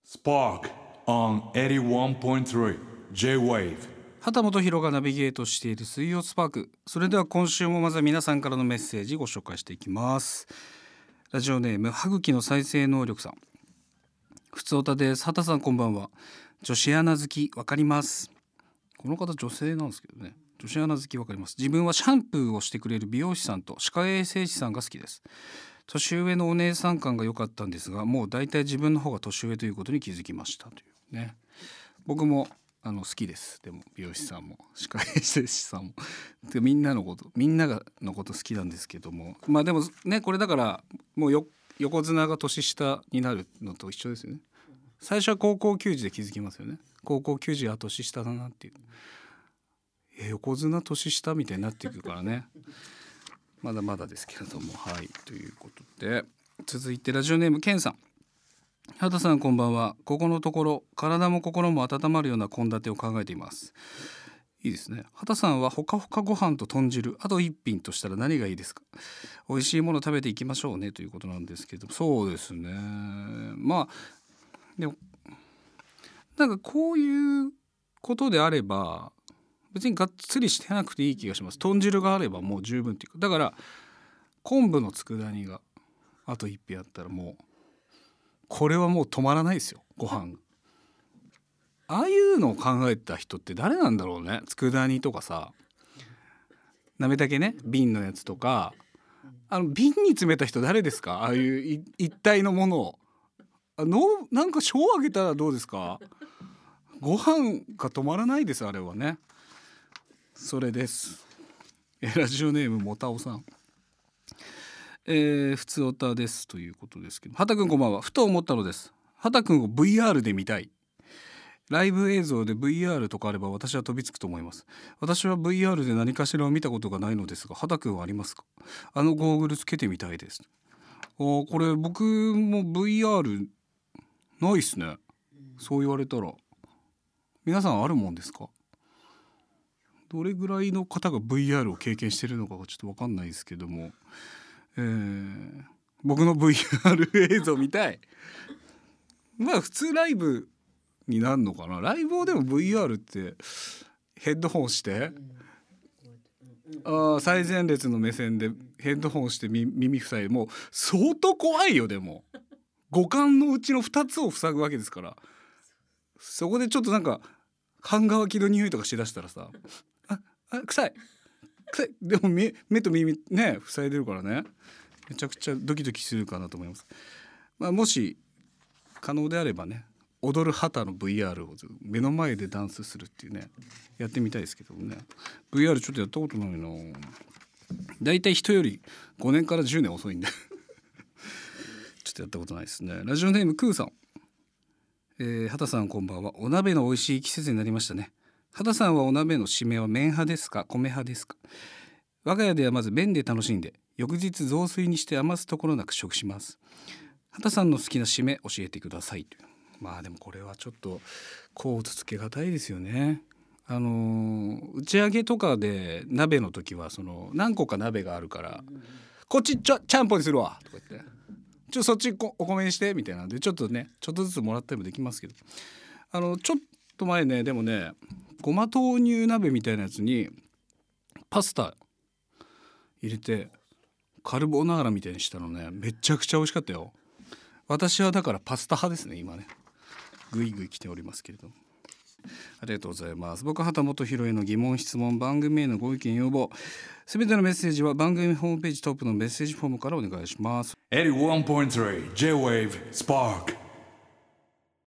Spark on 81.3 J-Wave。 畑本博がナビゲートしている水曜スパーク。それでは今週もまずは皆さんからのメッセージご紹介していきます。ラジオネーム歯茎の再生能力さん。ふつおたです。畑さんこんばんは。女子アナ好きわかります。この方女性なんですけどね。女子アナ好きわかります。自分はシャンプーをしてくれる美容師さんと歯科衛生士さんが好きです。年上のお姉さん感が良かったんですが、もう大体自分の方が年上ということに気づきましたというね。僕も好きです。でも美容師さんも歯科衛生士さんもみんなのこと好きなんですけども、まあでもね、これだからもう横綱が年下になるのと一緒ですよね。最初は高校球児で気づきますよね。高校球児は年下だなっていう、横綱年下みたいになっていくからね。まだまだですけれども、はい、ということで続いてラジオネームケンさん。畑さんこんばんは。ここのところ体も心も温まるような献立を考えています。いいですね。畑さんはほかほかご飯と豚汁あと一品としたら何がいいですか。美味しいもの食べていきましょうねということなんですけど、そうですね、まあでもなんかこういうことであれば別にがっつりしてなくていい気がします。豚汁があればもう十分っていうか、だから昆布の佃煮があと一品あったらもうこれはもう止まらないですよ、ご飯。ああいうのを考えた人って誰なんだろうね。佃煮とかさ、なめたけね、瓶のやつとか、瓶に詰めた人誰ですか。ああいう一体のものをなんか賞をあげたらどうですか。ご飯が止まらないです、あれはね。それです。ラジオネームもたおさん。ふつおたですということですけど、畑くんこんばんは。ふと思ったのです。畑くんを VR で見たい。ライブ映像で VR とかあれば私は飛びつくと思います。私は VR で何かしらを見たことがないのですが、畑くんはありますか。ゴーグルつけてみたいです。これ僕も VR ないっすね。そう言われたら皆さんあるもんですか。どれぐらいの方が VR を経験しているのかがちょっと分かんないですけども、僕の VR 映像見たい。まあ普通ライブになるのかな。ライブをでも VR ってヘッドホンして最前列の目線でヘッドホンして耳塞いで、もう相当怖いよ。でも五感のうちの2つを塞ぐわけですから、そこでちょっとなんか半乾きの匂いとかしだしたらさ、臭いでも目と耳ね塞いでるからね、めちゃくちゃドキドキするかなと思います。もし可能であればね、踊る旗の VR を目の前でダンスするっていうね、やってみたいですけどもね。 VR ちょっとやったことないな。だいたい人より5年から10年遅いんでちょっとやったことないですね。ラジオネームクーさん。畑さんこんばんは。お鍋の美味しい季節になりましたね。畑さんはお鍋の締めは麺派ですか米派ですか。我が家ではまず麺で楽しんで翌日雑炊にして余すところなく食します。畑さんの好きな締め教えてくださいという。でもこれはちょっと甲乙つけがたいですよね。打ち上げとかで鍋の時は何個か鍋があるから、こっちちゃんぽんにするわとか言って、そっちお米にしてみたいなのでちょっとずつもらったりもできますけど、ちょっと前ね、でもねごま豆乳鍋みたいなやつにパスタ入れてカルボナーラみたいにしたのね、めちゃくちゃ美味しかったよ。私はだからパスタ派ですね。今ねぐいぐい来ておりますけれども、ありがとうございます。僕畑本博への疑問質問、番組へのご意見要望、すべてのメッセージは番組ホームページトップのメッセージフォームからお願いします。 81.3 J-Wave Spark